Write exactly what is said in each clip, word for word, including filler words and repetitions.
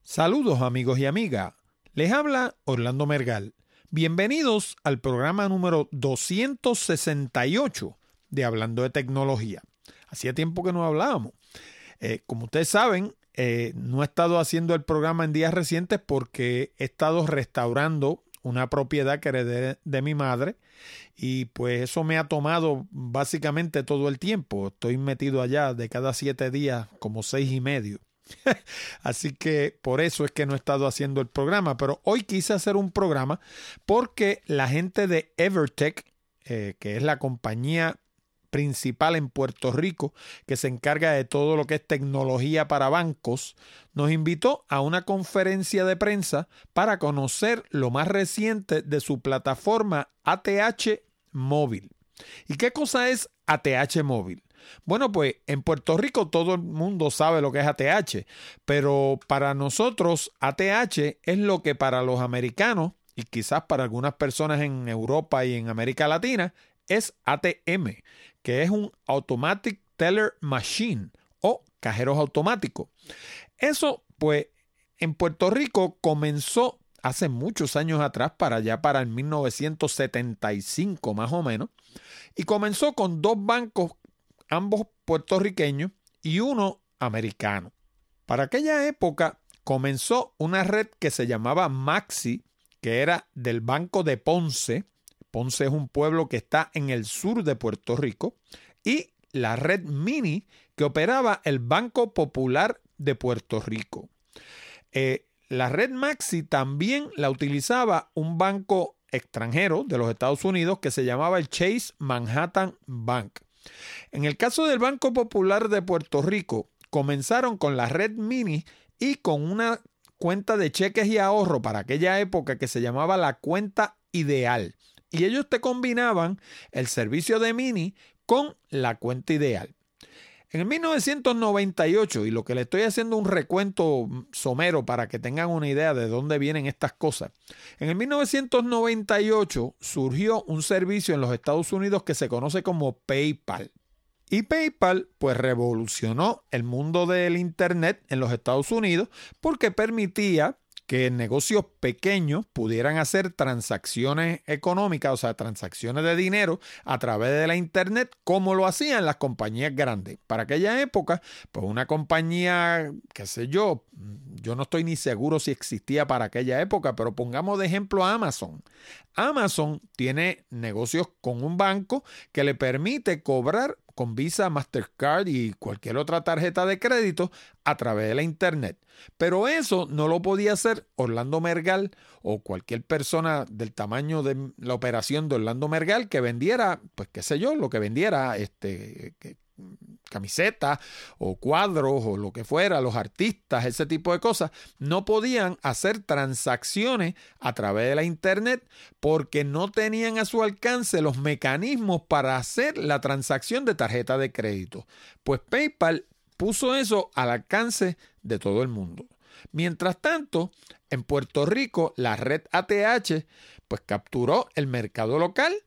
Saludos amigos y amigas, les habla Orlando Mergal. Bienvenidos al programa número doscientos sesenta y ocho de Hablando de Tecnología. Hacía tiempo que no hablábamos. Eh, como ustedes saben, eh, no he estado haciendo el programa en días recientes porque he estado restaurando una propiedad que heredé de mi madre y pues eso me ha tomado básicamente todo el tiempo. Estoy metido allá de cada siete días como seis y medio. Así que por eso es que no he estado haciendo el programa, pero hoy quise hacer un programa porque la gente de Evertec, eh, que es la compañía principal en Puerto Rico que se encarga de todo lo que es tecnología para bancos, nos invitó a una conferencia de prensa para conocer lo más reciente de su plataforma A T H Móvil. ¿Y qué cosa es A T H Móvil? Bueno, pues en Puerto Rico todo el mundo sabe lo que es A T H, pero para nosotros A T H es lo que para los americanos y quizás para algunas personas en Europa y en América Latina es A T M, que es un Automatic Teller Machine o cajeros automáticos. Eso pues en Puerto Rico comenzó hace muchos años atrás, para allá para el mil novecientos setenta y cinco más o menos, y comenzó con dos bancos, ambos puertorriqueños y uno americano. Para aquella época comenzó una red que se llamaba Maxi, que era del Banco de Ponce. Ponce es un pueblo que está en el sur de Puerto Rico, y la red Mini, que operaba el Banco Popular de Puerto Rico. Eh, la red Maxi también la utilizaba un banco extranjero de los Estados Unidos que se llamaba el Chase Manhattan Bank. En el caso del Banco Popular de Puerto Rico, comenzaron con la red Mini y con una cuenta de cheques y ahorro para aquella época que se llamaba la cuenta ideal. Y ellos te combinaban el servicio de Mini con la cuenta ideal. En el mil novecientos noventa y ocho, y lo que le estoy haciendo un recuento somero para que tengan una idea de dónde vienen estas cosas, en el mil novecientos noventa y ocho surgió un servicio en los Estados Unidos que se conoce como PayPal. Y PayPal pues revolucionó el mundo del Internet en los Estados Unidos porque permitía que negocios pequeños pudieran hacer transacciones económicas, o sea, transacciones de dinero a través de la Internet, como lo hacían las compañías grandes. Para aquella época, pues una compañía, qué sé yo, yo no estoy ni seguro si existía para aquella época, pero pongamos de ejemplo a Amazon. Amazon tiene negocios con un banco que le permite cobrar con Visa, Mastercard y cualquier otra tarjeta de crédito a través de la Internet. Pero eso no lo podía hacer Orlando Mergal o cualquier persona del tamaño de la operación de Orlando Mergal que vendiera, pues qué sé yo, lo que vendiera, este, que, camisetas o cuadros o lo que fuera, los artistas, ese tipo de cosas, no podían hacer transacciones a través de la Internet porque no tenían a su alcance los mecanismos para hacer la transacción de tarjeta de crédito. Pues PayPal puso eso al alcance de todo el mundo. Mientras tanto, en Puerto Rico, la red A T H pues capturó el mercado local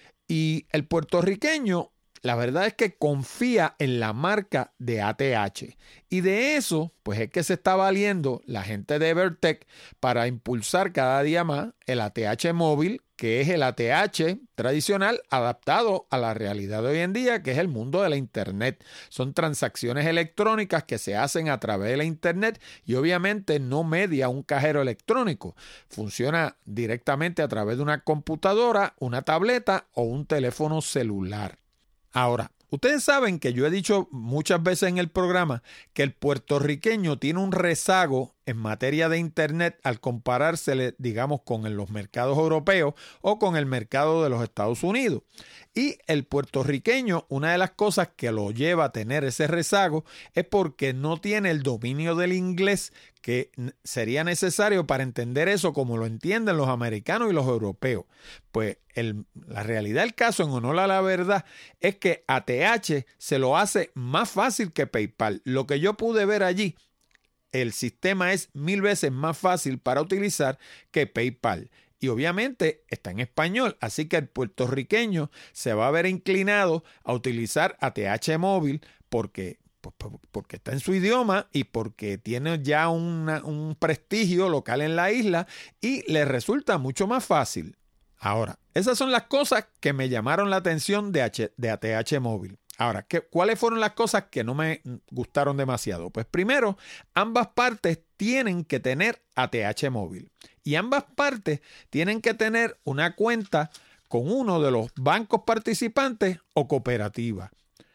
y el puertorriqueño, la verdad es que confía en la marca de A T H. Y de eso, pues es que se está valiendo la gente de Evertec para impulsar cada día más el A T H móvil, que es el A T H tradicional adaptado a la realidad de hoy en día, que es el mundo de la Internet. Son transacciones electrónicas que se hacen a través de la Internet y obviamente no media un cajero electrónico. Funciona directamente a través de una computadora, una tableta o un teléfono celular. Ahora, ustedes saben que yo he dicho muchas veces en el programa que el puertorriqueño tiene un rezago en materia de Internet al comparársele, digamos, con los mercados europeos o con el mercado de los Estados Unidos. Y el puertorriqueño, una de las cosas que lo lleva a tener ese rezago es porque no tiene el dominio del inglés que sería necesario para entender eso como lo entienden los americanos y los europeos. Pues el, la realidad del caso, en honor a la verdad, es que A T H se lo hace más fácil que PayPal. Lo que yo pude ver allí, el sistema es mil veces más fácil para utilizar que PayPal. Y obviamente está en español, así que el puertorriqueño se va a ver inclinado a utilizar A T H móvil porque Pues porque está en su idioma y porque tiene ya una, un prestigio local en la isla y le resulta mucho más fácil. Ahora, esas son las cosas que me llamaron la atención de, H, de A T H Móvil. Ahora, ¿qué, ¿cuáles fueron las cosas que no me gustaron demasiado? Pues primero, ambas partes tienen que tener A T H Móvil y ambas partes tienen que tener una cuenta con uno de los bancos participantes o cooperativas.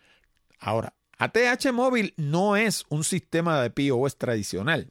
Ahora, A T H Móvil no es un sistema de P O S tradicional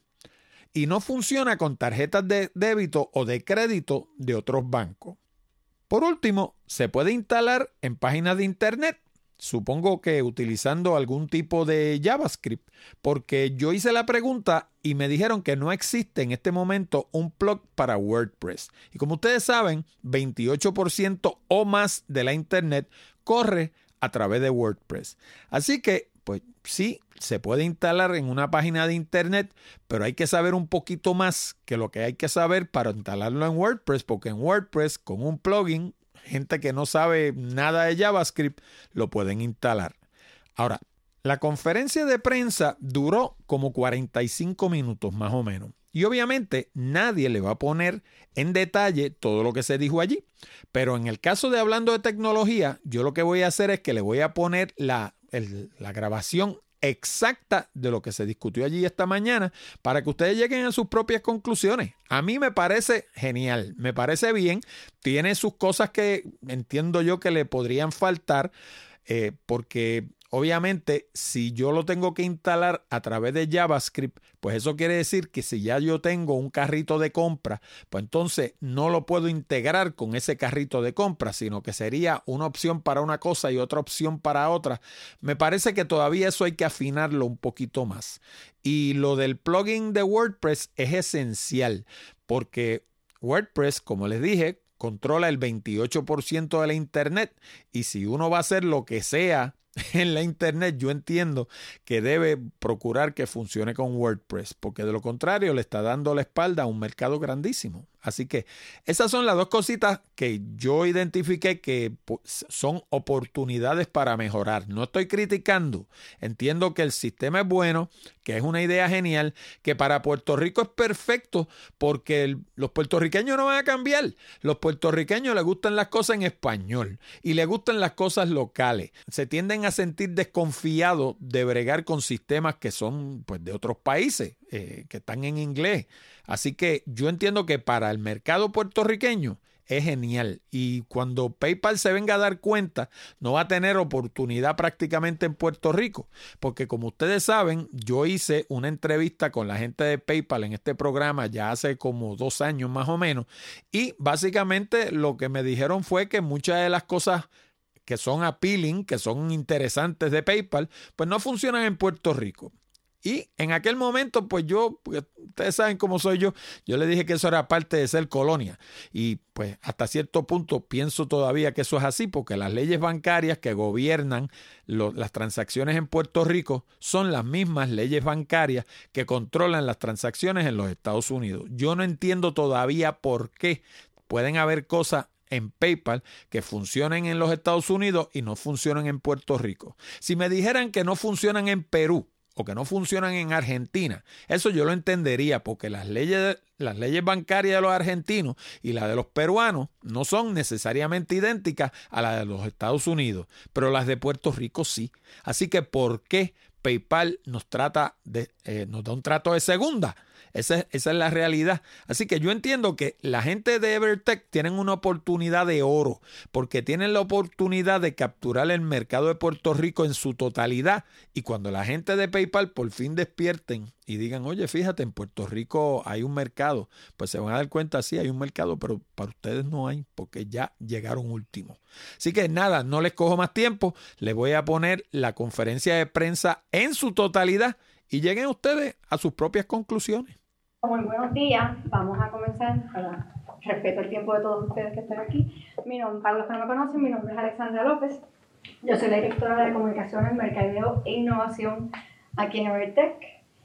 y no funciona con tarjetas de débito o de crédito de otros bancos. Por último, se puede instalar en páginas de internet, supongo que utilizando algún tipo de JavaScript, porque yo hice la pregunta y me dijeron que no existe en este momento un plug para WordPress. Y como ustedes saben, veintiocho por ciento o más de la internet corre a través de WordPress. Así que, pues sí, se puede instalar en una página de internet, pero hay que saber un poquito más que lo que hay que saber para instalarlo en WordPress, porque en WordPress con un plugin, gente que no sabe nada de JavaScript, lo pueden instalar. Ahora, la conferencia de prensa duró como cuarenta y cinco minutos más o menos. Y obviamente nadie le va a poner en detalle todo lo que se dijo allí. Pero en el caso de hablando de tecnología, yo lo que voy a hacer es que le voy a poner la, el, la grabación exacta de lo que se discutió allí esta mañana para que ustedes lleguen a sus propias conclusiones. A mí me parece genial, me parece bien. Tiene sus cosas que entiendo yo que le podrían faltar eh, porque obviamente, si yo lo tengo que instalar a través de JavaScript, pues eso quiere decir que si ya yo tengo un carrito de compra, pues entonces no lo puedo integrar con ese carrito de compra, sino que sería una opción para una cosa y otra opción para otra. Me parece que todavía eso hay que afinarlo un poquito más. Y lo del plugin de WordPress es esencial, porque WordPress, como les dije, controla el veintiocho por ciento de la internet y si uno va a hacer lo que sea en la internet, yo entiendo que debe procurar que funcione con WordPress, porque de lo contrario le está dando la espalda a un mercado grandísimo. Así que esas son las dos cositas que yo identifiqué que pues, son oportunidades para mejorar. No estoy criticando. Entiendo que el sistema es bueno, que es una idea genial, que para Puerto Rico es perfecto porque el, los puertorriqueños no van a cambiar. Los puertorriqueños les gustan las cosas en español y les gustan las cosas locales. Se tienden a sentir desconfiados de bregar con sistemas que son pues, de otros países, eh, que están en inglés. Así que yo entiendo que para el mercado puertorriqueño es genial y cuando PayPal se venga a dar cuenta no va a tener oportunidad prácticamente en Puerto Rico, porque como ustedes saben, yo hice una entrevista con la gente de PayPal en este programa ya hace como dos años más o menos y básicamente lo que me dijeron fue que muchas de las cosas que son appealing, que son interesantes de PayPal, pues no funcionan en Puerto Rico. Y en aquel momento, pues yo, pues ustedes saben cómo soy yo, yo le dije que eso era parte de ser colonia. Y pues hasta cierto punto pienso todavía que eso es así, porque las leyes bancarias que gobiernan lo, las transacciones en Puerto Rico son las mismas leyes bancarias que controlan las transacciones en los Estados Unidos. Yo no entiendo todavía por qué pueden haber cosas en PayPal que funcionen en los Estados Unidos y no funcionan en Puerto Rico. Si me dijeran que no funcionan en Perú, o que no funcionan en Argentina, eso yo lo entendería porque las leyes, las leyes bancarias de los argentinos y las de los peruanos no son necesariamente idénticas a las de los Estados Unidos, pero las de Puerto Rico sí. Así que ¿por qué PayPal nos trata de, eh, nos da un trato de segunda? Esa, esa es la realidad. Así que yo entiendo que la gente de Evertech tienen una oportunidad de oro porque tienen la oportunidad de capturar el mercado de Puerto Rico en su totalidad y cuando la gente de PayPal por fin despierten y digan, oye, fíjate, en Puerto Rico hay un mercado, pues se van a dar cuenta, sí, hay un mercado, pero para ustedes no hay porque ya llegaron últimos. Así que nada, no les cojo más tiempo, les voy a poner la conferencia de prensa en su totalidad y lleguen ustedes a sus propias conclusiones. Muy buenos días, vamos a comenzar para respeto el tiempo de todos ustedes que están aquí. Mi nombre, para los que no me conocen, mi nombre es Alexandra López. Yo soy la directora de Comunicaciones, Mercadeo e Innovación aquí en Evertech.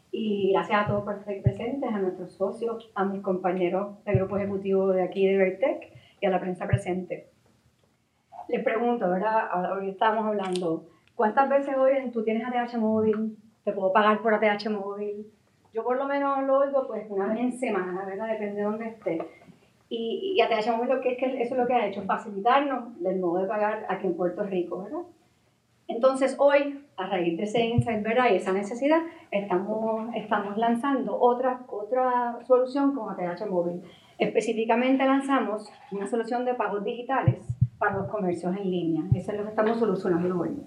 Y gracias a todos por estar presentes, a nuestros socios, a mis compañeros del grupo ejecutivo de aquí de Evertech y a la prensa presente. Les pregunto, ¿verdad? Ahora estamos hablando, ¿Cuántas veces oyen, tú tienes A T H móvil, te puedo pagar por A T H móvil? Yo por lo menos lo oigo pues una vez en semana, ¿verdad? Depende de dónde esté. Y, y A T H móvil lo que es que eso es lo que ha hecho, facilitarnos el modo de pagar aquí en Puerto Rico, ¿verdad? Entonces hoy, a raíz de ese insight, ¿verdad? Y esa necesidad, estamos, estamos lanzando otra, otra solución con A T H móvil. Específicamente lanzamos una solución de pagos digitales para los comercios en línea. Eso es lo que estamos solucionando hoy.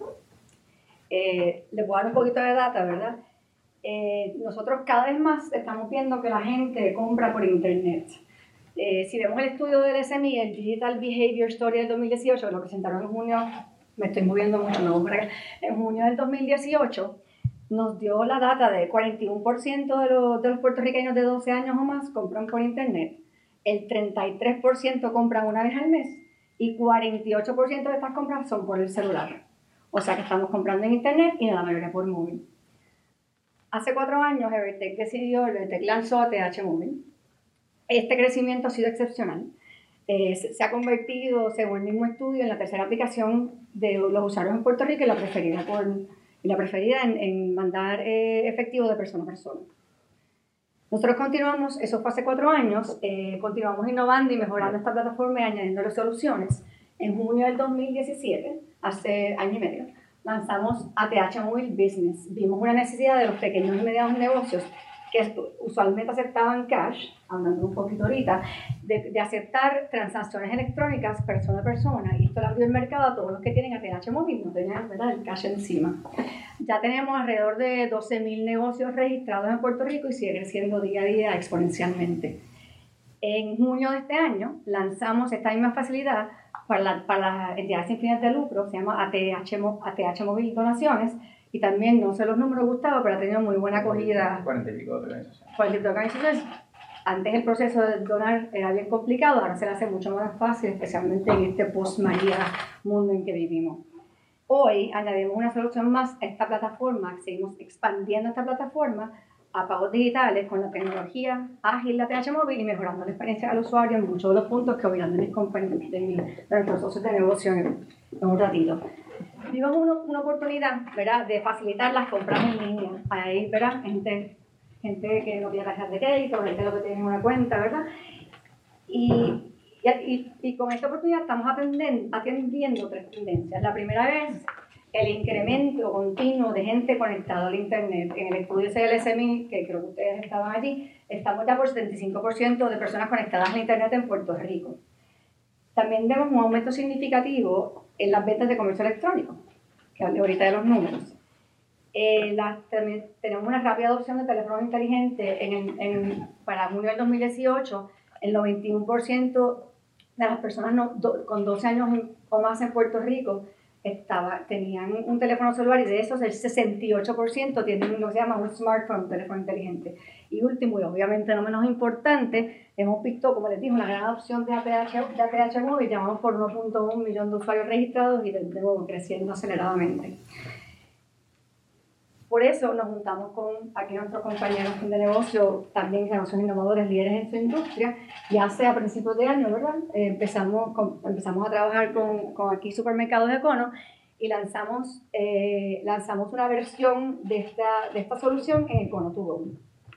Eh, les voy a dar un poquito de data, ¿verdad? Eh, nosotros cada vez más estamos viendo que la gente compra por internet. Eh, si vemos el estudio del S M I, el Digital Behavior Story del dos mil dieciocho, lo presentaron en junio, me estoy moviendo mucho, me voy para acá, en junio del dos mil dieciocho, nos dio la data de cuarenta y uno por ciento de los, de los puertorriqueños de doce años o más compran por internet, el treinta y tres por ciento compran una vez al mes y cuarenta y ocho por ciento de estas compras son por el celular. O sea que estamos comprando en internet y en la mayoría por móvil. Hace cuatro años Evertech decidió, Evertech lanzó A T H móvil. Este crecimiento ha sido excepcional. Eh, se, se ha convertido, según el mismo estudio, en la tercera aplicación de los usuarios en Puerto Rico y la preferida, por, y la preferida en, en mandar eh, efectivo de persona a persona. Nosotros continuamos, eso fue hace cuatro años, eh, continuamos innovando y mejorando esta plataforma y añadiendo soluciones. En junio del dos mil diecisiete, hace año y medio, lanzamos A T H Móvil Business. Vimos una necesidad de los pequeños y medianos negocios que usualmente aceptaban cash, hablando un poquito ahorita, de, de aceptar transacciones electrónicas persona a persona. Y esto le abrió el mercado a todos los que tienen A T H móvil, no tenían, ¿verdad?, el cash encima. Ya tenemos alrededor de doce mil negocios registrados en Puerto Rico y sigue creciendo día a día exponencialmente. En junio de este año lanzamos esta misma facilidad para, la, para las entidades sin fines de lucro, se llama A T H, A T H Móvil Donaciones, y también, no sé los números, Gustavo, pero ha tenido muy buena acogida. cuarenta y pico de organizaciones. cuarenta y pico de organizaciones. Antes el proceso de donar era bien complicado, ahora se le hace mucho más fácil, especialmente en este post-María mundo en que vivimos. Hoy añadimos una solución más a esta plataforma, seguimos expandiendo esta plataforma a pagos digitales con la tecnología ágil de A T H móvil y mejorando la experiencia del usuario en muchos de los puntos que oirán de mis compañeros, de, mi, de nuestros socios de negocio en, en un ratito. Vimos una, una oportunidad, ¿verdad?, de facilitar las compras en línea. Ahí, ¿verdad?, gente, gente que no tiene tarjetas de crédito, gente que tiene una cuenta, ¿verdad? Y, y, y, y con esta oportunidad estamos atendiendo, atendiendo tres tendencias. La primera es el incremento continuo de gente conectada al Internet. En el estudio C L S M I, que creo que ustedes estaban allí, estamos ya por setenta y cinco por ciento de personas conectadas al Internet en Puerto Rico. También vemos un aumento significativo en las ventas de comercio electrónico, que hablé ahorita de los números. Eh, la, también tenemos una rápida adopción de teléfonos inteligentes. En, en, para junio del dos mil dieciocho, el noventa y uno por ciento de las personas no, do, con doce años o más en Puerto Rico estaba, tenían un teléfono celular, y de esos el sesenta y ocho por ciento tienen lo que se llama un smartphone, un teléfono inteligente. Y último, y obviamente no menos importante, hemos visto, como les dije, una gran adopción de A T H, de A T H móvil, llamamos por uno punto uno millón de usuarios registrados y de nuevo creciendo aceleradamente. Por eso nos juntamos con aquí nuestros compañeros de negocio, también negocios innovadores, líderes en su industria, y hace a principios de año, ¿verdad? Eh, empezamos, con, empezamos a trabajar con, con aquí Supermercados Econo y lanzamos, eh, lanzamos una versión de esta, de esta solución en Econo to Go.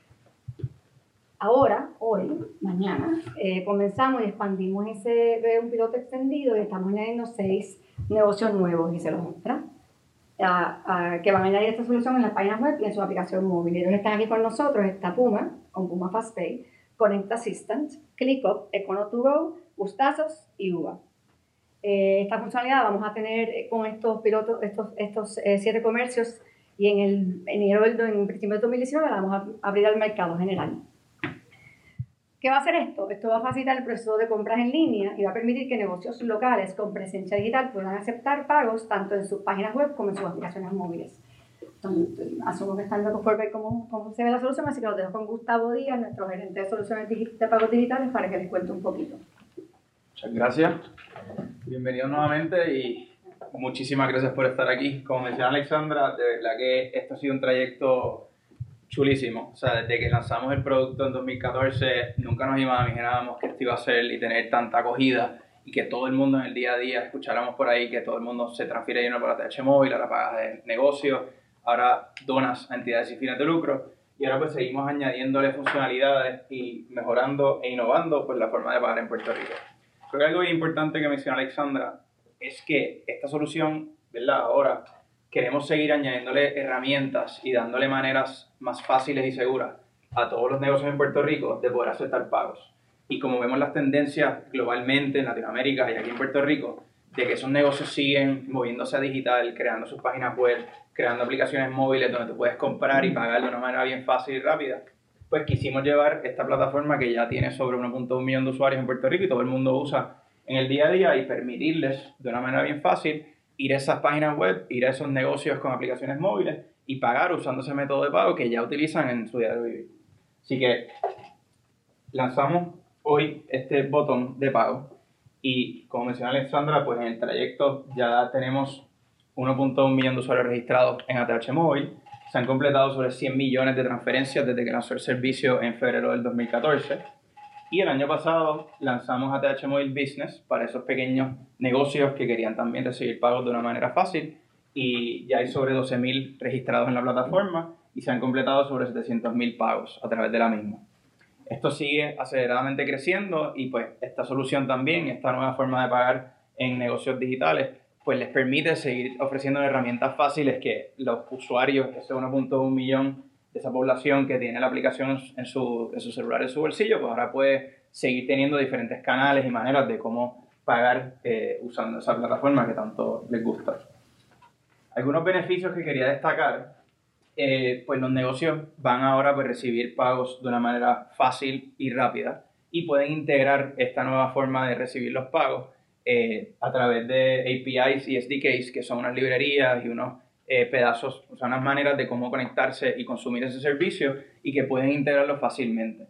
Ahora, hoy, mañana, eh, comenzamos y expandimos ese un piloto extendido y estamos añadiendo seis negocios nuevos y se los muestra. A, a, que van a añadir esta solución en las páginas web y en su aplicación móvil. Ellos están aquí con nosotros, está Puma, con Puma FastPay, Connect Assistant, ClickUp, Econo to Go, Gustazos y Uva. Eh, esta funcionalidad vamos a tener con estos pilotos, estos, estos eh, siete comercios, y en el enero del en principio del dos mil diecinueve la vamos a abrir al mercado general. ¿Qué va a hacer esto? Esto va a facilitar el proceso de compras en línea y va a permitir que negocios locales con presencia digital puedan aceptar pagos tanto en sus páginas web como en sus aplicaciones móviles. Entonces, asumo que están locos por ver cómo, cómo se ve la solución, así que lo dejo con Gustavo Díaz, nuestro gerente de soluciones de pagos digitales, para que les cuente un poquito. Muchas gracias. Bienvenidos nuevamente y muchísimas gracias por estar aquí. Como mencionó Alexandra, de verdad que esto ha sido un trayecto chulísimo. O sea, desde que lanzamos el producto en dos mil catorce, nunca nos imaginábamos que esto iba a ser y tener tanta acogida. y que todo el mundo en el día a día escucháramos por ahí que todo el mundo se transfiere dinero por A T H Móvil, ahora pagas de negocio, ahora donas a entidades sin fines de lucro, y ahora pues seguimos añadiéndole funcionalidades y mejorando e innovando pues la forma de pagar en Puerto Rico. Creo que algo bien importante que mencionó Alexandra es que esta solución, ¿verdad? Ahora queremos seguir añadiéndole herramientas y dándole maneras más fáciles y seguras a todos los negocios en Puerto Rico de poder aceptar pagos. Y como vemos las tendencias globalmente en Latinoamérica y aquí en Puerto Rico, de que esos negocios siguen moviéndose a digital, creando sus páginas web, creando aplicaciones móviles donde tú puedes comprar y pagar de una manera bien fácil y rápida, pues quisimos llevar esta plataforma que ya tiene sobre uno punto uno millón de usuarios en Puerto Rico y todo el mundo usa en el día a día y permitirles de una manera bien fácil ir a esas páginas web, ir a esos negocios con aplicaciones móviles y pagar usando ese método de pago que ya utilizan en su diario vivir. Así que lanzamos hoy este botón de pago y como mencionó Alexandra, pues en el trayecto ya tenemos uno punto uno millón de usuarios registrados en A T H Móvil. Se han completado sobre cien millones de transferencias desde que lanzó el servicio en febrero del dos mil catorce. Y el año pasado lanzamos A T H Móvil Business para esos pequeños negocios que querían también recibir pagos de una manera fácil. Y ya hay sobre doce mil registrados en la plataforma y se han completado sobre setecientos mil pagos a través de la misma. Esto sigue aceleradamente creciendo y pues esta solución también, esta nueva forma de pagar en negocios digitales, pues les permite seguir ofreciendo herramientas fáciles que los usuarios, ese uno punto uno millón de esa población que tiene la aplicación en su, en su celular, en su bolsillo, pues ahora puede seguir teniendo diferentes canales y maneras de cómo pagar eh, usando esa plataforma que tanto les gusta. Algunos beneficios que quería destacar, eh, pues los negocios van ahora a pues, recibir pagos de una manera fácil y rápida y pueden integrar esta nueva forma de recibir los pagos eh, a través de A P Is y S D Ks, que son unas librerías y unos eh, pedazos, o sea, unas maneras de cómo conectarse y consumir ese servicio y que pueden integrarlo fácilmente.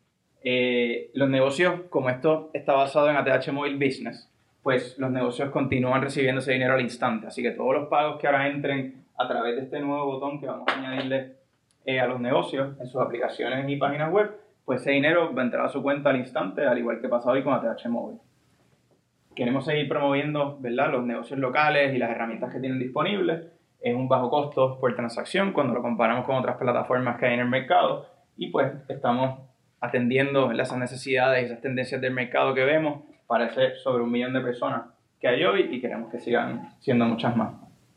Eh, los negocios, como esto está basado en A T H Móvil Business, pues los negocios continúan recibiendo ese dinero al instante. Así que todos los pagos que ahora entren a través de este nuevo botón que vamos a añadirle eh, a los negocios en sus aplicaciones y páginas web, pues ese dinero va a entrar a su cuenta al instante, al igual que pasa hoy con A T H Móvil. Queremos seguir promoviendo, ¿verdad?, los negocios locales y las herramientas que tienen disponibles. Es un bajo costo por transacción cuando lo comparamos con otras plataformas que hay en el mercado y pues estamos atendiendo, ¿verdad?, esas necesidades y esas tendencias del mercado que vemos. Parece sobre un millón de personas que hay hoy y queremos que sigan siendo muchas más.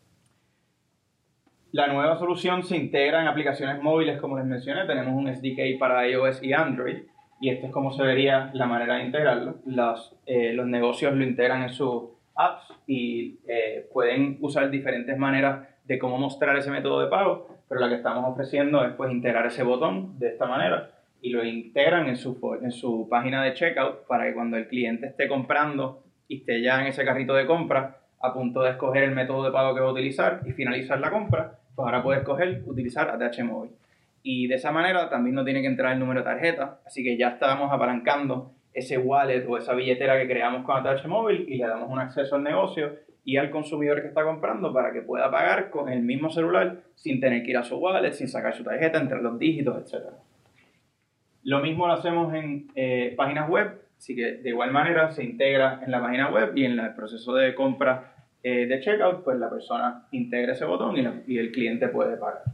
La nueva solución se integra en aplicaciones móviles, como les mencioné. Tenemos un S D K para iOS y Android y esto es como se vería la manera de integrarlo. Los, eh, los negocios lo integran en sus apps y eh, pueden usar diferentes maneras de cómo mostrar ese método de pago, pero la que estamos ofreciendo es pues integrar ese botón de esta manera y lo integran en su, en su página de checkout para que cuando el cliente esté comprando y esté ya en ese carrito de compra a punto de escoger el método de pago que va a utilizar y finalizar la compra, pues ahora puede escoger utilizar A T H Móvil. Y de esa manera también no tiene que entrar el número de tarjeta, así que ya estamos apalancando ese wallet o esa billetera que creamos con A T H Móvil y le damos un acceso al negocio y al consumidor que está comprando para que pueda pagar con el mismo celular sin tener que ir a su wallet, sin sacar su tarjeta, entrar los dígitos, etcétera. Lo mismo lo hacemos en eh, páginas web, así que de igual manera se integra en la página web y en el proceso de compra eh, de checkout, pues la persona integra ese botón y, la, y el cliente puede pagar.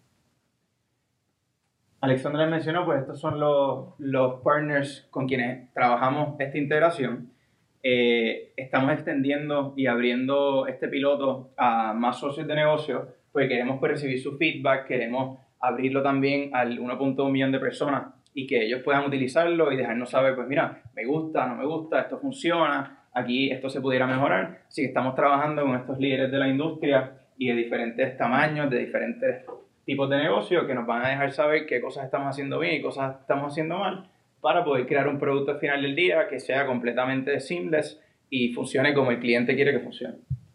Alexandra mencionó, pues estos son los, los partners con quienes trabajamos esta integración. Eh, estamos extendiendo y abriendo este piloto a más socios de negocio, porque queremos pues, recibir su feedback, queremos abrirlo también al uno punto uno millón de personas y que ellos puedan utilizarlo y dejarnos saber, pues mira, me gusta, no me gusta, esto funciona, aquí esto se pudiera mejorar. Así que estamos trabajando con estos líderes de la industria y de diferentes tamaños, de diferentes tipos de negocio que nos van a dejar saber qué cosas estamos haciendo bien y cosas estamos haciendo mal para poder crear un producto al final del día que sea completamente seamless y funcione como el cliente quiere que funcione.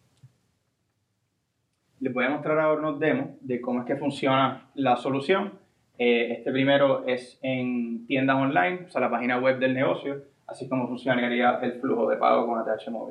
Les voy a mostrar ahora unos demos de cómo es que funciona la solución. Eh, este primero es en tiendas online, o sea, la página web del negocio, así como funcionaría el flujo de pago con A T H Móvil.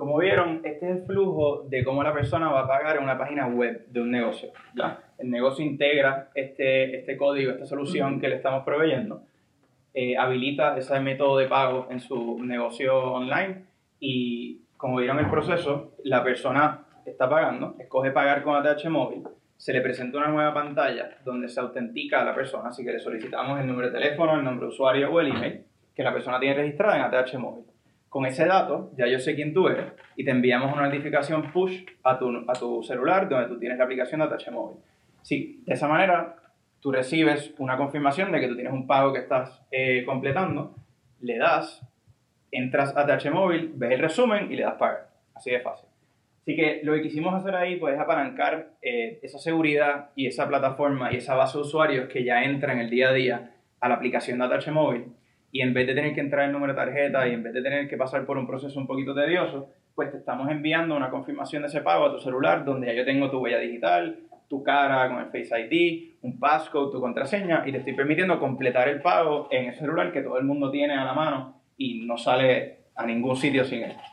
como vieron, este es el flujo de cómo la persona va a pagar en una página web de un negocio, ¿ya? El negocio integra este, este código, esta solución que le estamos proveyendo, eh, habilita ese método de pago en su negocio online y, como vieron el proceso, la persona está pagando, escoge pagar con A T H Móvil, se le presenta una nueva pantalla donde se autentica a la persona, así que le solicitamos el número de teléfono, el nombre de usuario o el email que la persona tiene registrada en A T H Móvil. Con ese dato, ya yo sé quién tú eres y te enviamos una notificación push a tu, a tu celular donde tú tienes la aplicación de A T H Móvil. Sí, de esa manera tú recibes una confirmación de que tú tienes un pago que estás eh, completando, le das, entras a A T H Móvil, ves el resumen y le das pagar. Así de fácil. Así que lo que quisimos hacer ahí pues, es apalancar eh, esa seguridad y esa plataforma y esa base de usuarios que ya entra en el día a día a la aplicación de A T H Móvil. Y en vez de tener que entrar el número de tarjeta y en vez de tener que pasar por un proceso un poquito tedioso, pues te estamos enviando una confirmación de ese pago a tu celular donde ya yo tengo tu huella digital, tu cara con el Face I D, un passcode, tu contraseña y te estoy permitiendo completar el pago en el celular que todo el mundo tiene a la mano y no sale a ningún sitio sin él.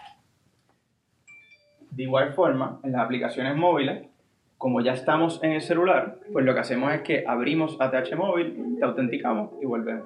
De igual forma, en las aplicaciones móviles, como ya estamos en el celular, pues lo que hacemos es que abrimos A T H Móvil, te autenticamos y volvemos.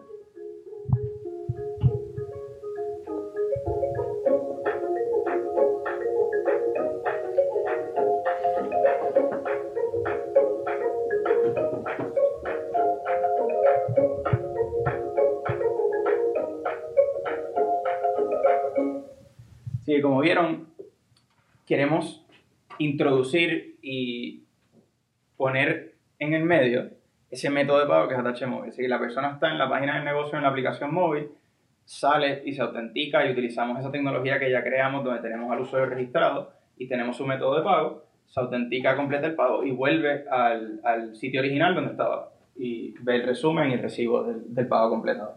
Así que como vieron, queremos introducir y poner en el medio ese método de pago que es A T H Móvil. Así que la persona está en la página del negocio, en la aplicación móvil, sale y se autentica y utilizamos esa tecnología que ya creamos donde tenemos al usuario registrado y tenemos su método de pago, se autentica, completa el pago y vuelve al, al sitio original donde estaba y ve el resumen y el recibo del, del pago completado.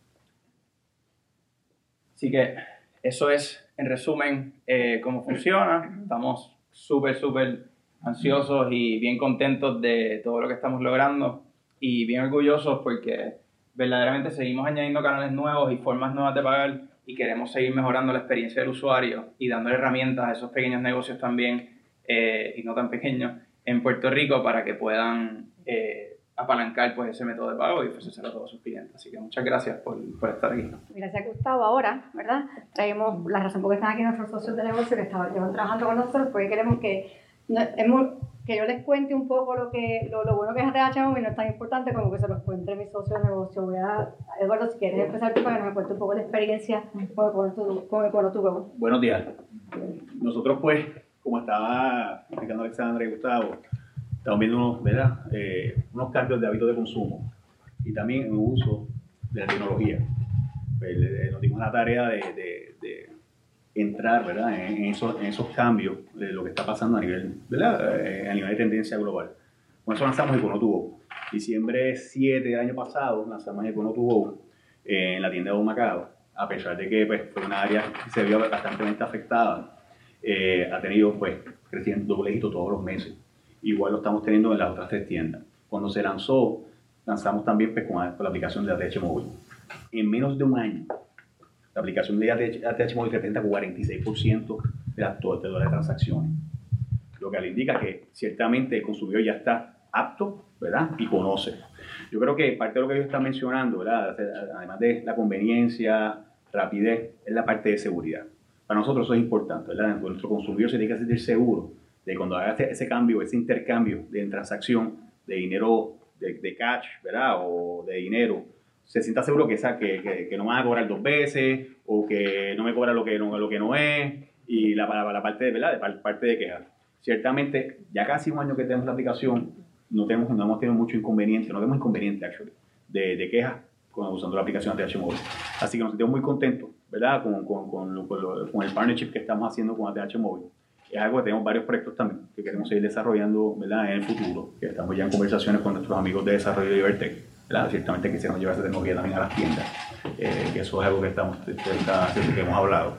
Así que eso es, en resumen, eh, cómo funciona. Estamos súper, súper ansiosos y bien contentos de todo lo que estamos logrando y bien orgullosos porque verdaderamente seguimos añadiendo canales nuevos y formas nuevas de pagar y queremos seguir mejorando la experiencia del usuario y dándole herramientas a esos pequeños negocios también, eh, y no tan pequeños, en Puerto Rico para que puedan eh, apalancar pues, ese método de pago y ofrecérselo a todos sus clientes. Así que muchas gracias por, por estar aquí. Gracias, Gustavo. Ahora, ¿verdad? Traemos la razón por la que están aquí nuestros socios de negocio que estaban, llevan trabajando con nosotros porque queremos que, no, es muy, que yo les cuente un poco lo, que, lo, lo bueno que es A T H Móvil, no es tan importante como que se los cuente mis socios de negocio. Voy a, Eduardo, si quieres empezar tú para que nos cuente un poco de experiencia con el tu, con el Cono to Go. Buenos días. Nosotros pues, como estaba explicando Alexandra y Gustavo, estamos viendo unos, ¿verdad? Eh, unos cambios de hábitos de consumo y también en el uso de la tecnología. Pues, nos dimos la tarea de, de, de entrar, ¿verdad? En, en, esos, en esos cambios de lo que está pasando a nivel, ¿verdad? Eh, a nivel de tendencia global. Con eso lanzamos el Cono to Go. Diciembre siete del año pasado lanzamos el Cono to Go eh, en la tienda de Humacao. A pesar de que pues, fue una área que se vio bastante afectada, eh, ha tenido pues, creciendo doble dígito todos los meses. Igual lo estamos teniendo en las otras tres tiendas. Cuando se lanzó, lanzamos también pues, con, la, con la aplicación de A T H Móvil. En menos de un año, la aplicación de A T H Móvil representa cuarenta y seis por ciento de las todas las transacciones. Lo que le indica que ciertamente el consumidor ya está apto, ¿verdad? Y conoce. Yo creo que parte de lo que ellos están mencionando, ¿verdad? Además de la conveniencia, rapidez, es la parte de seguridad. Para nosotros eso es importante, ¿verdad? Nuestro consumidor se tiene que sentir seguro de cuando haga ese, ese cambio, ese intercambio de transacción de dinero, de, de cash, ¿verdad? O de dinero, se sienta seguro que, esa, que, que, que no me van a cobrar dos veces o que no me cobra lo que no, lo que no es y la, la, la parte de, ¿verdad? De parte de quejas. Ciertamente, ya casi un año que tenemos la aplicación, no, tenemos, no hemos tenido mucho inconveniente, no tenemos inconveniente, actually, de, de quejas con, usando la aplicación A T H Móvil. Así que nos sentimos muy contentos, ¿verdad? Con, con, con, con, con el partnership que estamos haciendo con A T H Móvil. Es algo que tenemos varios proyectos también que queremos seguir desarrollando, ¿verdad? En el futuro, que estamos ya en conversaciones con nuestros amigos de desarrollo de Ibertech, ¿verdad? Ciertamente quisiéramos llevar esa tecnología también a las tiendas, eh, que eso es algo que, estamos, que, que hemos hablado.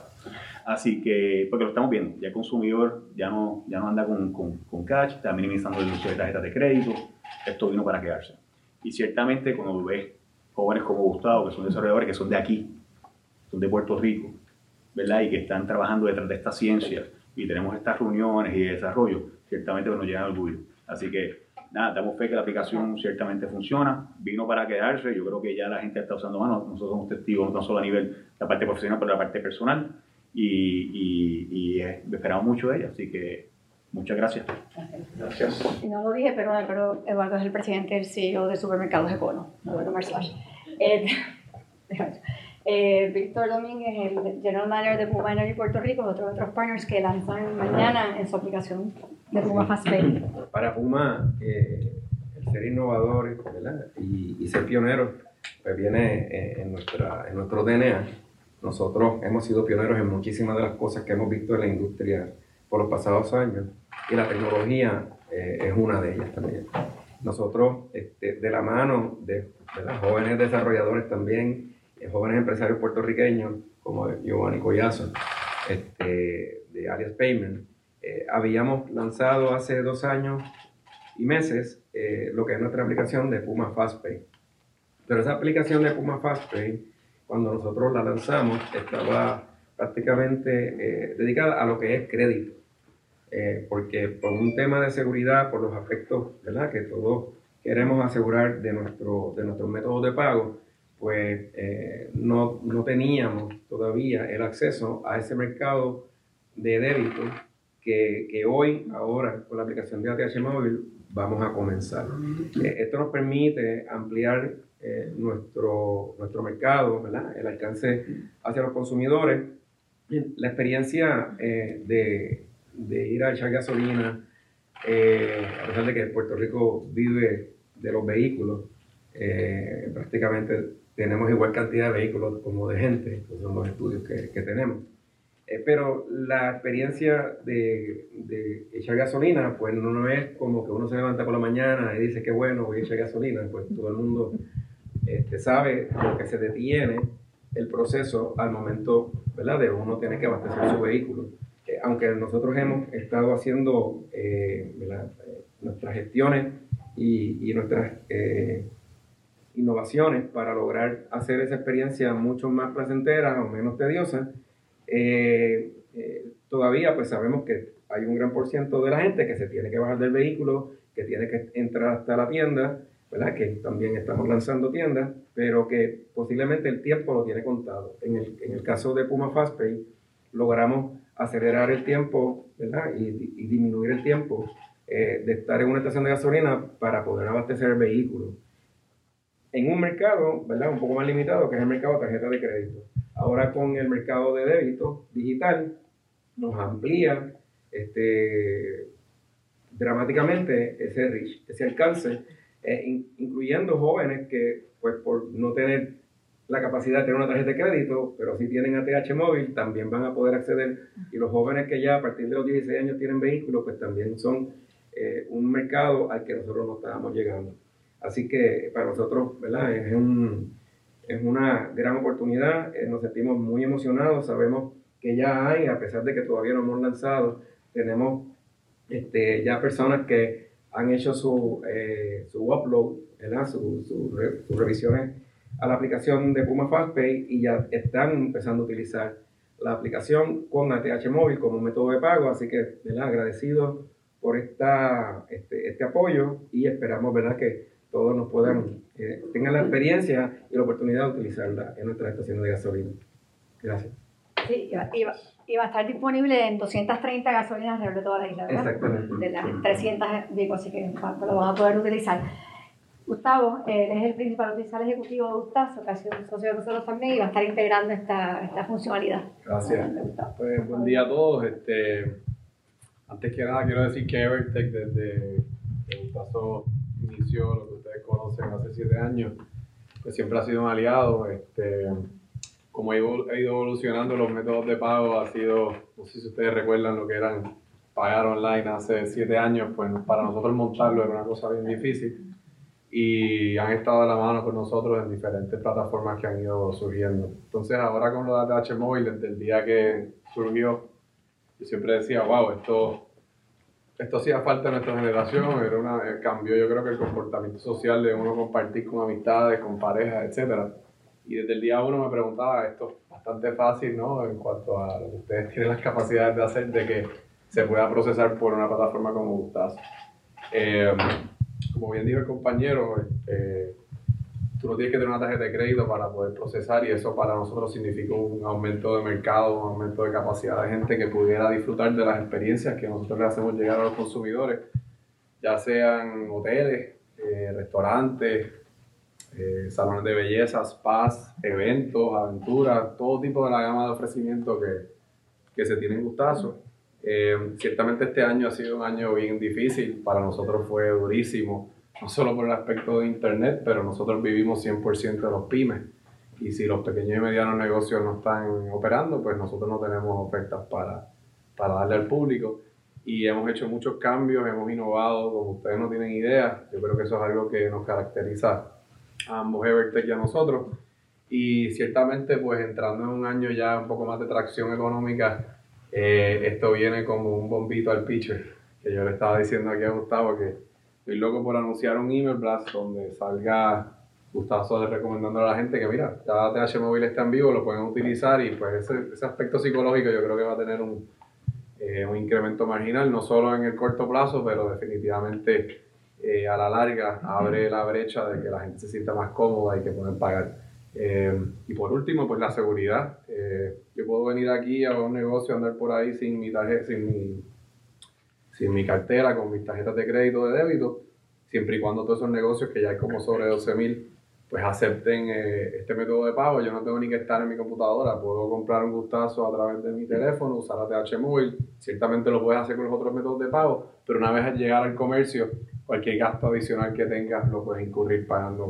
Así que, porque lo estamos viendo, ya el consumidor ya no, ya no anda con, con, con cash, está minimizando el uso de tarjetas de crédito, esto vino para quedarse. Y ciertamente cuando ves jóvenes como Gustavo, que son desarrolladores, que son de aquí, son de Puerto Rico, ¿verdad? Y que están trabajando detrás de esta ciencia y tenemos estas reuniones y desarrollo, ciertamente nos llena de orgullo. Así que, nada, damos fe que la aplicación ciertamente funciona, vino para quedarse, yo creo que ya la gente está usando más, nosotros somos testigos no solo a nivel de la parte profesional, pero de la parte personal, y, y, y eh, esperamos mucho de ella, así que muchas gracias. Gracias. No lo dije, pero, pero Eduardo es el presidente del C E O de Supermercados Econo, Eduardo Marslash. Eh, eh, Víctor Domínguez, el General Manager de Puma Energy Puerto Rico, otros otros partners que lanzan mañana en su aplicación de Puma FastPay. Para Puma, eh, el ser innovadores, ¿verdad? Y, y ser pioneros, pues viene eh, en, nuestra, en nuestro D N A. Nosotros hemos sido pioneros en muchísimas de las cosas que hemos visto en la industria por los pasados años, y la tecnología eh, es una de ellas también. Nosotros, este, de la mano de, de los jóvenes desarrolladores también, eh, jóvenes empresarios puertorriqueños, como Giovanni Collazo, este, de Alias Payment, eh, habíamos lanzado hace dos años y meses eh, lo que es nuestra aplicación de Puma FastPay. Pero esa aplicación de Puma FastPay, cuando nosotros la lanzamos, estaba prácticamente eh, dedicada a lo que es crédito. Eh, porque por un tema de seguridad, por los aspectos, ¿verdad?, que todos queremos asegurar de, nuestro, de nuestros métodos de pago, pues eh, no, no teníamos todavía el acceso a ese mercado de débito que, que hoy, ahora, con la aplicación de A T H Móvil, vamos a comenzar. Eh, esto nos permite ampliar eh, nuestro, nuestro mercado, ¿verdad?, el alcance hacia los consumidores. La experiencia eh, de de ir a echar gasolina, eh, a pesar de que Puerto Rico vive de los vehículos, eh, prácticamente tenemos igual cantidad de vehículos como de gente, esos son los estudios que, que tenemos. Eh, pero la experiencia de, de echar gasolina, pues no, no es como que uno se levanta por la mañana y dice que bueno, voy a echar gasolina, pues todo el mundo este, sabe lo que se detiene el proceso al momento, ¿verdad?, de uno tener que abastecer su vehículo. Eh, aunque nosotros hemos estado haciendo eh, eh, nuestras gestiones y, y nuestras eh, innovaciones para lograr hacer esa experiencia mucho más placentera o menos tediosa, eh, eh, todavía pues sabemos que hay un gran por ciento de la gente que se tiene que bajar del vehículo, que tiene que entrar hasta la tienda, ¿verdad?, que también estamos lanzando tiendas, pero que posiblemente el tiempo lo tiene contado. En el, en el caso de Puma FastPay, logramos acelerar el tiempo, ¿verdad?, y, y disminuir el tiempo eh, de estar en una estación de gasolina para poder abastecer el vehículo. En un mercado, ¿verdad?, un poco más limitado, que es el mercado de tarjeta de crédito. Ahora con el mercado de débito digital, nos amplía este, dramáticamente ese reach, ese alcance, eh, in, incluyendo jóvenes que, pues por no tener la capacidad de tener una tarjeta de crédito, pero si tienen A T H móvil, también van a poder acceder. Y los jóvenes que ya a partir de los dieciséis años tienen vehículos, pues también son eh, un mercado al que nosotros no estábamos llegando. Así que para nosotros, ¿verdad?, es, un, es una gran oportunidad, eh, nos sentimos muy emocionados, sabemos que ya hay, a pesar de que todavía no hemos lanzado, tenemos este, ya personas que han hecho su, eh, su upload, ¿verdad?, sus su, re, su revisiones a la aplicación de Puma FastPay y ya están empezando a utilizar la aplicación con A T H móvil como método de pago, así que, ¿verdad?, agradecidos por esta, este, este apoyo y esperamos, ¿verdad?, que todos nos puedan, eh, tengan la experiencia y la oportunidad de utilizarla en nuestras estaciones de gasolina. Gracias. Sí, y va, y, va, y va a estar disponible en doscientas treinta gasolinas alrededor de toda la isla, ¿verdad? Exactamente. De las trescientas, digo, así que lo van a poder utilizar. Gustavo, él es el principal oficial ejecutivo de Ustazo, que ha sido un socio de nosotros también y va a estar integrando esta, esta funcionalidad. Gracias. Pues, buen día a todos. Este, antes que nada quiero decir que Evertech desde que Ustazo inició lo que ustedes conocen hace siete años, pues siempre ha sido un aliado. Este, como ha ido evolucionando los métodos de pago, ha sido, no sé si ustedes recuerdan lo que eran pagar online hace siete años, pues para nosotros montarlo era una cosa bien difícil. Y han estado a la mano con nosotros en diferentes plataformas que han ido surgiendo. Entonces ahora con lo de A T H móvil, desde el día que surgió, yo siempre decía, wow, esto, esto hacía falta en nuestra generación, era una, cambió yo creo que el comportamiento social de uno compartir con amistades, con parejas, etcétera. Y desde el día uno me preguntaba, esto es bastante fácil, ¿no? En cuanto a lo que ustedes tienen las capacidades de hacer, de que se pueda procesar por una plataforma como Gustazo. Eh, como bien dijo el compañero, eh, tú no tienes que tener una tarjeta de crédito para poder procesar y eso para nosotros significa un aumento de mercado, un aumento de capacidad de gente que pudiera disfrutar de las experiencias que nosotros le hacemos llegar a los consumidores, ya sean hoteles, eh, restaurantes, eh, salones de belleza, spas, eventos, aventuras, todo tipo de la gama de ofrecimientos que, que se tiene en Gustazo. Eh, ciertamente este año ha sido un año bien difícil, para nosotros fue durísimo, no solo por el aspecto de internet, pero nosotros vivimos cien por ciento de los pymes y si los pequeños y medianos negocios no están operando, pues nosotros no tenemos ofertas para, para darle al público y hemos hecho muchos cambios, hemos innovado como ustedes no tienen idea. Yo creo que eso es algo que nos caracteriza a ambos Evertech y a nosotros y ciertamente pues entrando en un año ya un poco más de tracción económica, eh, esto viene como un bombito al pitcher, que yo le estaba diciendo aquí a Gustavo que estoy loco por anunciar un email blast donde salga Gustazo recomendando a la gente que mira, ya T H Móvil está en vivo, lo pueden utilizar y pues ese, ese aspecto psicológico yo creo que va a tener un, eh, un incremento marginal, no solo en el corto plazo, pero definitivamente eh, a la larga abre la brecha de que la gente se sienta más cómoda y que pueden pagar. Eh, y por último, pues la seguridad. Eh, yo puedo venir aquí a un negocio, andar por ahí sin mi tarjeta, sin mi sin mi cartera, con mis tarjetas de crédito o de débito, siempre y cuando todos esos negocios, que ya hay como sobre doce mil, pues acepten eh, este método de pago. Yo no tengo ni que estar en mi computadora, puedo comprar un Gustazo a través de mi teléfono, usar la T H Móvil, ciertamente lo puedes hacer con los otros métodos de pago, pero una vez al llegar al comercio, cualquier gasto adicional que tengas lo puedes incurrir pagando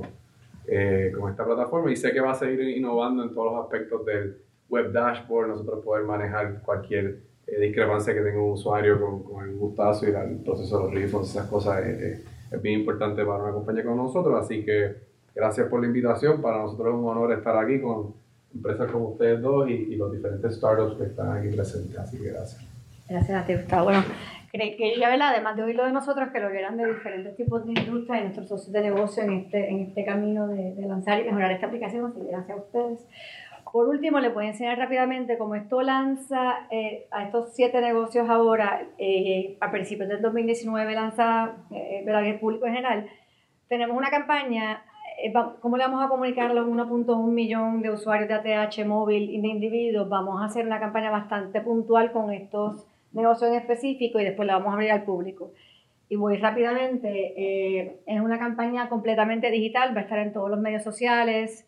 eh, con esta plataforma y sé que va a seguir innovando en todos los aspectos del web dashboard, nosotros poder manejar cualquier Eh, discrepancia que tenga un usuario con, con el Gustazo y el proceso de los refunds, esas cosas eh, eh, es bien importante para una compañía como nosotros, así que gracias por la invitación, para nosotros es un honor estar aquí con empresas como ustedes dos y, y los diferentes startups que están aquí presentes, así que gracias. Gracias a ti, Gustavo. Bueno, quería ver, además de oírlo de nosotros, que lo vieran de diferentes tipos de industrias y nuestros socios de negocio en este, en este camino de, de lanzar y mejorar esta aplicación, así que gracias a ustedes. Por último, les voy a enseñar rápidamente cómo esto lanza eh, a estos siete negocios ahora. Eh, a principios del dos mil diecinueve lanza eh, el público en general. Tenemos una campaña, eh, ¿cómo le vamos a comunicar a los uno punto uno millón de usuarios de A T H Móvil y de individuos? Vamos a hacer una campaña bastante puntual con estos negocios en específico y después la vamos a abrir al público. Y voy rápidamente, eh, es una campaña completamente digital, va a estar en todos los medios sociales,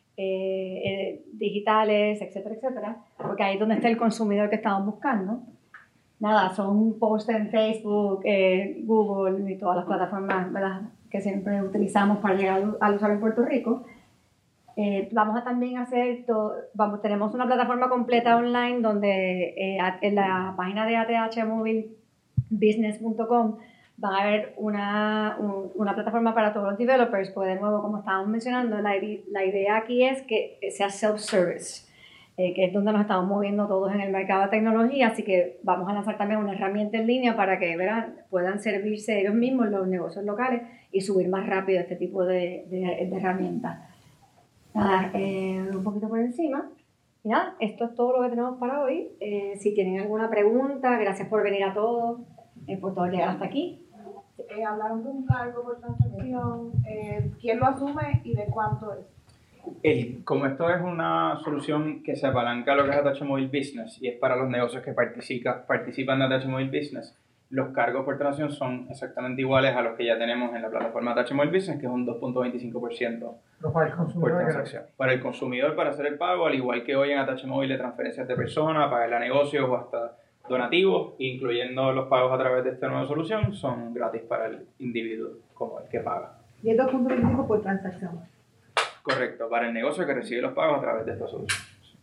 Eh, eh, digitales, etcétera, etcétera, porque ahí es donde está el consumidor que estamos buscando. Nada, son posts en Facebook, eh, Google y todas las plataformas, ¿verdad?, que siempre utilizamos para llegar al usuario en Puerto Rico. Eh, vamos a también hacer, todo, vamos, tenemos una plataforma completa online donde eh, en la página de A T H móvil business punto com van a haber una, un, una plataforma para todos los developers, porque de nuevo, como estábamos mencionando, la, la idea aquí es que sea self-service, eh, que es donde nos estamos moviendo todos en el mercado de tecnología, así que vamos a lanzar también una herramienta en línea para que verán, puedan servirse ellos mismos, los negocios locales, y subir más rápido este tipo de, de, de herramientas. Nada, eh, un poquito por encima. Y nada, esto es todo lo que tenemos para hoy. Eh, si tienen alguna pregunta, gracias por venir a todos, eh, por todo llegar hasta aquí. Eh, hablaron de un cargo por transacción, eh, quién lo asume y de cuánto es. El, como esto es una solución que se apalanca a lo que es A T H Móvil Business y es para los negocios que participa, participan de A T H Móvil Business, los cargos por transacción son exactamente iguales a los que ya tenemos en la plataforma A T H Móvil Business, que es un dos punto veinticinco por ciento para el consumidor por transacción. Para el consumidor, para hacer el pago, al igual que hoy en A T H Móvil de transferencias de personas, pagar a negocios o hasta donativos, incluyendo los pagos a través de esta nueva solución, son gratis para el individuo como el que paga. Y es dos punto veinticinco por transacción. Correcto, para el negocio que recibe los pagos a través de esta solución.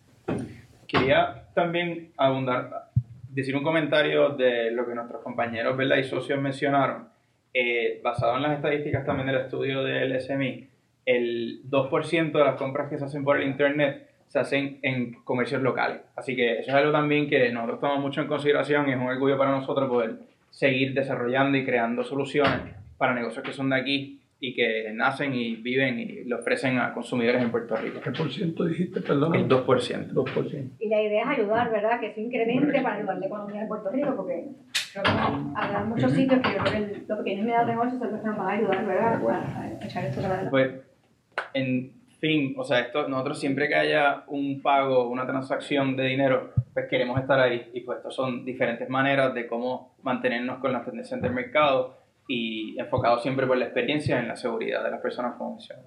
Quería también abundar, decir un comentario de lo que nuestros compañeros, ¿verdad?, y socios mencionaron. Eh, basado en las estadísticas también del estudio del S M I, el dos por ciento de las compras que se hacen por el internet se hacen en comercios locales. Así que eso es algo también que nosotros tomamos mucho en consideración y es un orgullo para nosotros poder seguir desarrollando y creando soluciones para negocios que son de aquí y que nacen y viven y le ofrecen a consumidores en Puerto Rico. ¿Qué por ciento dijiste, perdón? El dos por ciento. dos por ciento. Y la idea es ayudar, ¿verdad? Que eso incremente para ayudar la economía de Puerto Rico, porque creo que habrá muchos sitios que yo creo que los pequeños y medianos negocios son los que nos van a ayudar, ¿verdad? A echar esto para adelante. Pues, en fin, o sea, esto, nosotros siempre que haya un pago, una transacción de dinero, pues queremos estar ahí. Y pues estas son diferentes maneras de cómo mantenernos con las tendencias del mercado y enfocado siempre por la experiencia en la seguridad de las personas, como mencioné.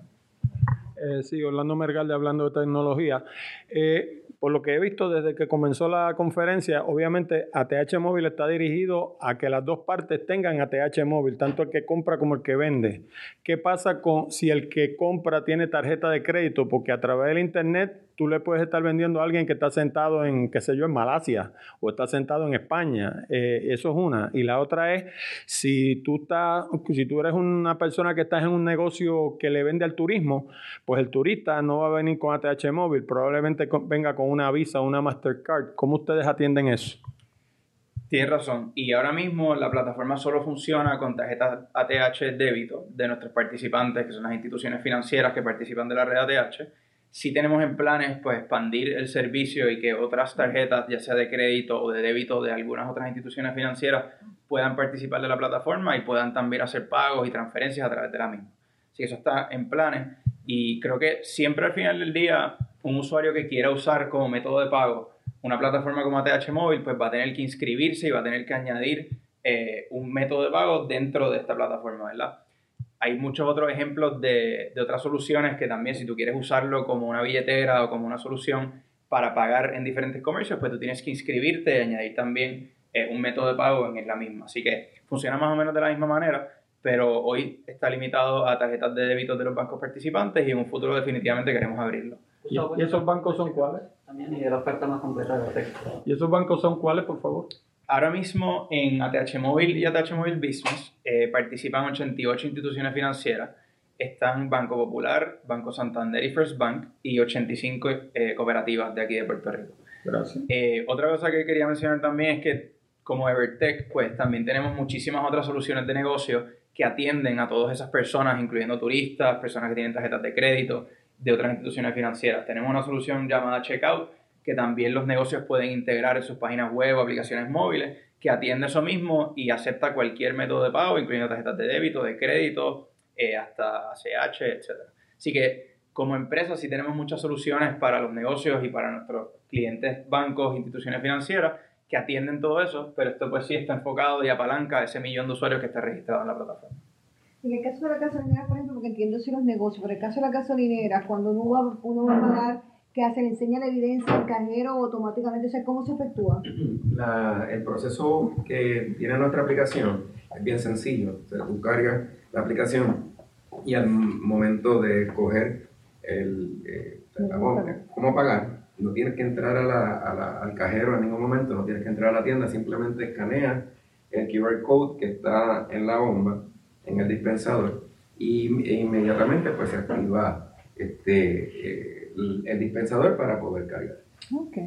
Eh, sí, Orlando Mergal de Hablando de Tecnología. Eh, por lo que he visto desde que comenzó la conferencia, obviamente A T H Móvil está dirigido a que las dos partes tengan A T H Móvil, tanto el que compra como el que vende. ¿Qué pasa con si el que compra tiene tarjeta de crédito? Porque a través del internet tú le puedes estar vendiendo a alguien que está sentado en, qué sé yo, en Malasia o está sentado en España. Eh, eso es una. Y la otra es, si tú, estás, si tú eres una persona que estás en un negocio que le vende al turismo, pues el turista no va a venir con A T H Móvil, probablemente con, venga con una Visa o una Mastercard. ¿Cómo ustedes atienden eso? Tienes razón. Y ahora mismo la plataforma solo funciona con tarjetas A T H débito de nuestros participantes, que son las instituciones financieras que participan de la red A T H. Sí tenemos en planes pues expandir el servicio y que otras tarjetas, ya sea de crédito o de débito de algunas otras instituciones financieras, puedan participar de la plataforma y puedan también hacer pagos y transferencias a través de la misma. Así que eso está en planes y creo que siempre al final del día un usuario que quiera usar como método de pago una plataforma como A T H Móvil pues va a tener que inscribirse y va a tener que añadir eh, un método de pago dentro de esta plataforma, ¿verdad? Hay muchos otros ejemplos de, de otras soluciones que también si tú quieres usarlo como una billetera o como una solución para pagar en diferentes comercios, pues tú tienes que inscribirte y añadir también eh, un método de pago en la misma. Así que funciona más o menos de la misma manera, pero hoy está limitado a tarjetas de débito de los bancos participantes y en un futuro definitivamente queremos abrirlo. ¿Y, y esos bancos son cuáles? También y de la oferta más completa de la T E C. ¿Y esos bancos son cuáles, por favor? Ahora mismo en A T H Móvil y A T H Móvil Business eh, participan ochenta y ocho instituciones financieras. Están Banco Popular, Banco Santander y First Bank y ochenta y cinco eh, cooperativas de aquí de Puerto Rico. Gracias. Eh, otra cosa que quería mencionar también es que como Evertech, pues también tenemos muchísimas otras soluciones de negocio que atienden a todas esas personas, incluyendo turistas, personas que tienen tarjetas de crédito de otras instituciones financieras. Tenemos una solución llamada Checkout, que también los negocios pueden integrar en sus páginas web o aplicaciones móviles, que atiende eso mismo y acepta cualquier método de pago, incluyendo tarjetas de débito, de crédito, eh, hasta A C H, etcétera. Así que como empresa sí tenemos muchas soluciones para los negocios y para nuestros clientes, bancos, instituciones financieras, que atienden todo eso, pero esto pues sí está enfocado y apalanca a ese millón de usuarios que está registrado en la plataforma. En el caso de la gasolinera, por ejemplo, porque entiendo si los negocios, pero en el caso de la gasolinera, cuando uno va, uno va a pagar, ¿qué hace? ¿Le enseña la evidencia al cajero automáticamente? O sea, ¿cómo se efectúa? La, el proceso que tiene nuestra aplicación es bien sencillo. O sea, tú cargas la aplicación y al momento de escoger el, eh, cómo, cómo pagar, no tienes que entrar a la, a la, al cajero en ningún momento, no tienes que entrar a la tienda, simplemente escaneas el Q R code que está en la bomba, en el dispensador, y e inmediatamente pues se activa este, eh, el, el dispensador para poder cargar. Ok.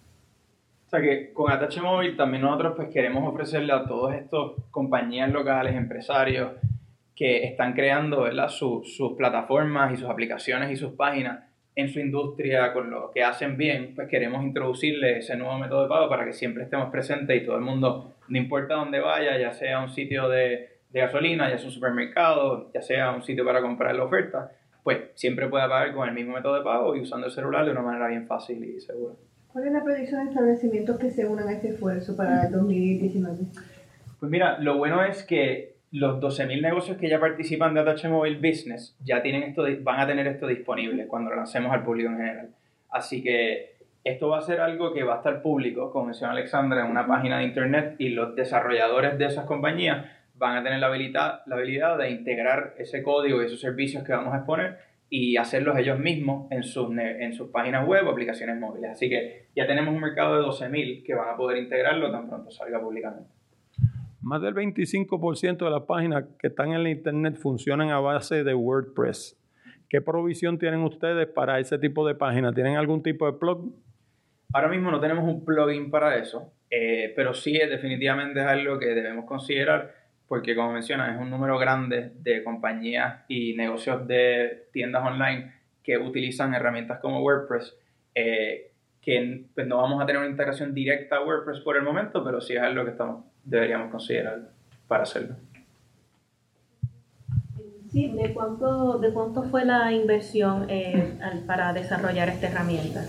O sea que con A T H Móvil también nosotros pues queremos ofrecerle a todos estos compañías locales, empresarios que están creando, ¿verdad?, su, sus plataformas y sus aplicaciones y sus páginas en su industria con lo que hacen bien, pues queremos introducirle ese nuevo método de pago para que siempre estemos presentes y todo el mundo, no importa dónde vaya, ya sea un sitio de, de gasolina, ya sea un supermercado, ya sea un sitio para comprar la oferta, pues siempre pueda pagar con el mismo método de pago y usando el celular de una manera bien fácil y segura. ¿Cuál es la predicción de establecimientos que se unan a este esfuerzo para el dos mil diecinueve? Pues mira, lo bueno es que los doce mil negocios que ya participan de A T H Móvil Business ya tienen esto, van a tener esto disponible cuando lo lancemos al público en general. Así que esto va a ser algo que va a estar público, como mencionó Alexandra, en una página de internet y los desarrolladores de esas compañías van a tener la habilidad, la habilidad de integrar ese código y esos servicios que vamos a exponer y hacerlos ellos mismos en sus, en sus páginas web o aplicaciones móviles. Así que ya tenemos un mercado de doce mil que van a poder integrarlo tan pronto salga públicamente. Más del veinticinco por ciento de las páginas que están en la internet funcionan a base de WordPress. ¿Qué provisión tienen ustedes para ese tipo de páginas? ¿Tienen algún tipo de plugin? Ahora mismo no tenemos un plugin para eso, eh, pero sí es definitivamente algo que debemos considerar porque como mencionas, es un número grande de compañías y negocios de tiendas online que utilizan herramientas como WordPress, eh, que pues, no vamos a tener una integración directa a WordPress por el momento, pero sí es algo que estamos, deberíamos considerar para hacerlo. Sí, ¿de cuánto, de cuánto fue la inversión eh, al, para desarrollar esta herramienta?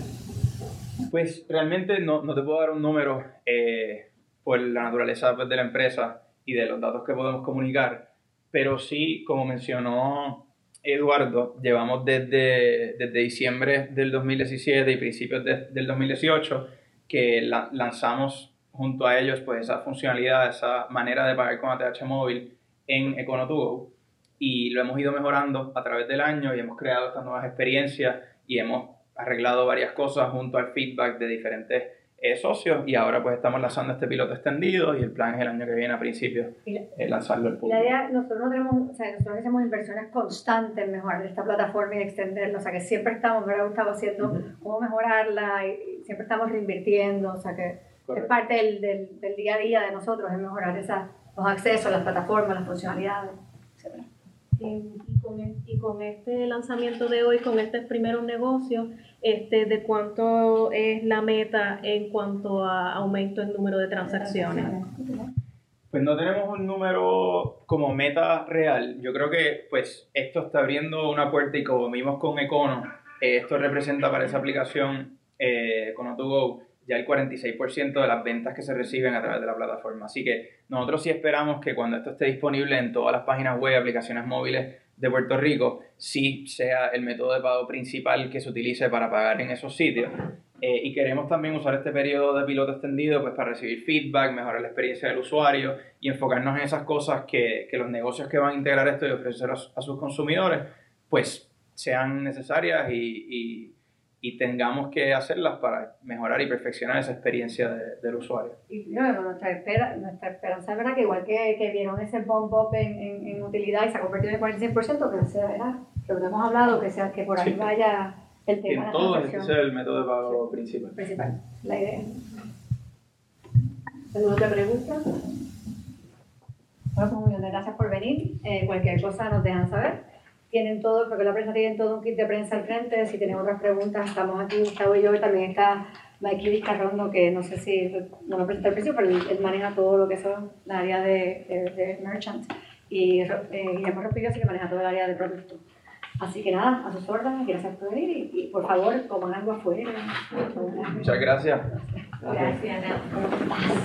Pues realmente no, no te puedo dar un número eh, por la naturaleza pues, de la empresa y de los datos que podemos comunicar, pero sí, como mencionó Eduardo, llevamos desde, desde diciembre del dos mil diecisiete y principios de, del dos mil dieciocho que la, lanzamos junto a ellos pues, esa funcionalidad, esa manera de pagar con A T H móvil en Econo to Go, y lo hemos ido mejorando a través del año y hemos creado estas nuevas experiencias y hemos arreglado varias cosas junto al feedback de diferentes eh, socios, y ahora pues estamos lanzando este piloto extendido y el plan es el año que viene a principios eh, lanzarlo al público. La idea, nosotros no tenemos, o sea, nosotros hacemos inversiones constantes en mejorar esta plataforma y extenderla, o sea que siempre estamos, ¿verdad, Gustavo, haciendo uh-huh. cómo mejorarla y siempre estamos reinvirtiendo, o sea que Correcto. Es parte del, del, del día a día de nosotros, es mejorar esa, los accesos, las plataformas, las funcionalidades, etcétera. Y con, y con este lanzamiento de hoy, con estos primeros negocios, este, ¿de cuánto es la meta en cuanto a aumento en número de transacciones? Pues no tenemos un número como meta real. Yo creo que pues esto está abriendo una puerta, y como vimos con Econo, eh, esto representa para esa aplicación eh, Econo to Go ya el cuarenta y seis por ciento de las ventas que se reciben a través de la plataforma. Así que nosotros sí esperamos que cuando esto esté disponible en todas las páginas web, aplicaciones móviles de Puerto Rico, sí sea el método de pago principal que se utilice para pagar en esos sitios. Eh, y queremos también usar este periodo de piloto extendido pues, para recibir feedback, mejorar la experiencia del usuario y enfocarnos en esas cosas que, que los negocios que van a integrar esto y ofrecer a, a sus consumidores pues sean necesarias y, y y tengamos que hacerlas para mejorar y perfeccionar esa experiencia de, del usuario. Y no, nuestra, espera, nuestra esperanza es verdad que igual que, que vieron ese bump up en, en, en utilidad y se ha convertido en el cuarenta y seis por ciento, que sea, ¿verdad? Lo que hemos hablado, que sea que por ahí sí. vaya el tema en de la todo transacción. ese es el método de pago sí. principal. Principal, la idea. ¿Alguna otra pregunta? Bueno, pues un millón de gracias por venir. Eh, cualquier cosa nos dejan saber. Tienen todo, porque la prensa tiene todo un kit de prensa al frente. Si tienen otras preguntas, estamos aquí, Gustavo y yo, y también está Mikey Vizcarrondo, que no sé si, no lo presenta al principio, pero él, él maneja todo lo que son la área de, de, de merchant. Y eh, Guillermo Rospillo sí que maneja todo el área de producto. Así que nada, a sus órdenes, gracias por venir y, y por favor, coman algo afuera. Muchas gracias. Gracias. gracias.